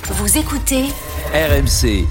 Vous écoutez RMC.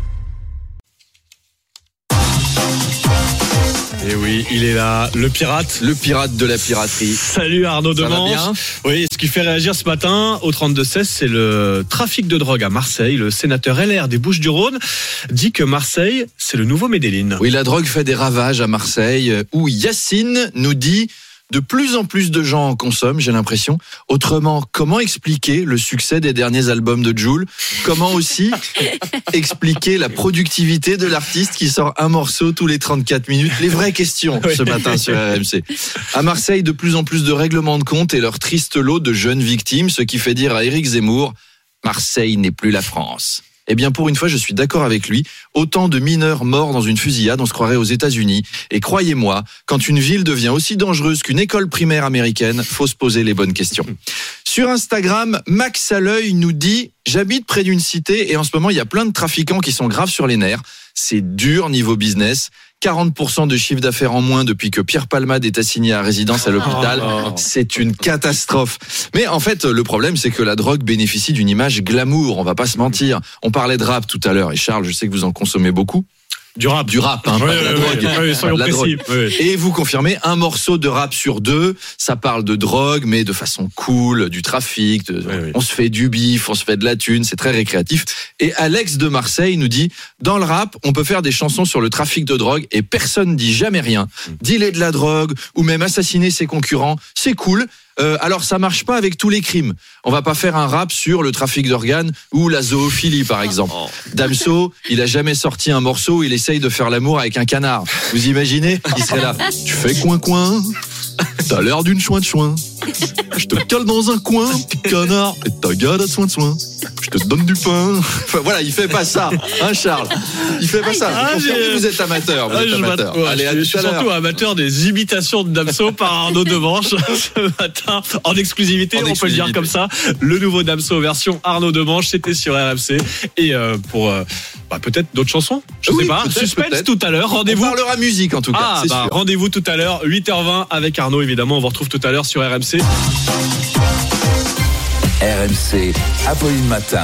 Et oui, il est là, le pirate de la piraterie. Salut Arnaud Demanche. Ça va bien ? Oui, ce qui fait réagir ce matin au 32-16, c'est le trafic de drogue à Marseille. Le sénateur LR des Bouches-du-Rhône dit que Marseille, c'est le nouveau Medellín. Oui, la drogue fait des ravages à Marseille, où Yacine nous dit de plus en plus de gens en consomment, j'ai l'impression. Autrement, comment expliquer le succès des derniers albums de Jul ? Comment aussi expliquer la productivité de l'artiste qui sort un morceau tous les 34 minutes ? Les vraies questions ce matin sur RMC. À Marseille, de plus en plus de règlements de compte et leur triste lot de jeunes victimes, ce qui fait dire à Éric Zemmour, Marseille n'est plus la France. Eh bien, pour une fois, je suis d'accord avec lui. Autant de mineurs morts dans une fusillade, on se croirait aux États-Unis. Et croyez-moi, quand une ville devient aussi dangereuse qu'une école primaire américaine, faut se poser les bonnes questions. Sur Instagram, Max à l'œil nous dit « J'habite près d'une cité et en ce moment, il y a plein de trafiquants qui sont graves sur les nerfs. C'est dur niveau business. 40% de chiffre d'affaires en moins depuis que Pierre Palmade est assigné à résidence à l'hôpital. C'est une catastrophe. Mais en fait, le problème, c'est que la drogue bénéficie d'une image glamour. On va pas se mentir. On parlait de rap tout à l'heure. Et Charles, je sais que vous en consommez beaucoup. Du rap, hein, pas de la drogue. Soyons précis. Et vous confirmez, un morceau de rap sur deux, ça parle de drogue, mais de façon cool, du trafic, on se fait du bif, on se fait de la thune, c'est très récréatif. Et Alex de Marseille nous dit, dans le rap, on peut faire des chansons sur le trafic de drogue et personne dit jamais rien. Dealer de la drogue, ou même assassiner ses concurrents, c'est cool. Alors ça marche pas avec tous les crimes. On va pas faire un rap sur le trafic d'organes ou la zoophilie par exemple. Damso, il a jamais sorti un morceau où il essaye de faire l'amour avec un canard. Vous imaginez ? Il serait là. Tu fais coin, t'as l'air d'une chouin de chouin. Je te cale dans un coin, petit canard, et ta gueule a soin de soin. Je te donne du pain. Enfin voilà, il fait pas ça, hein Charles ? Il fait pas ça. Vous êtes amateur. Allez, je suis surtout amateur des imitations de Damso par Arnaud Demanche ce matin en exclusivité, on peut le dire comme ça. Le nouveau Damso version Arnaud Demanche, c'était sur RMC. Et pour peut-être d'autres chansons, je sais pas. Suspense tout à l'heure. Rendez-vous. On parlera musique en tout cas. C'est sûr. Rendez-vous tout à l'heure, 8h20 avec Arnaud évidemment. On vous retrouve tout à l'heure sur RMC. RMC, Apolline Matin.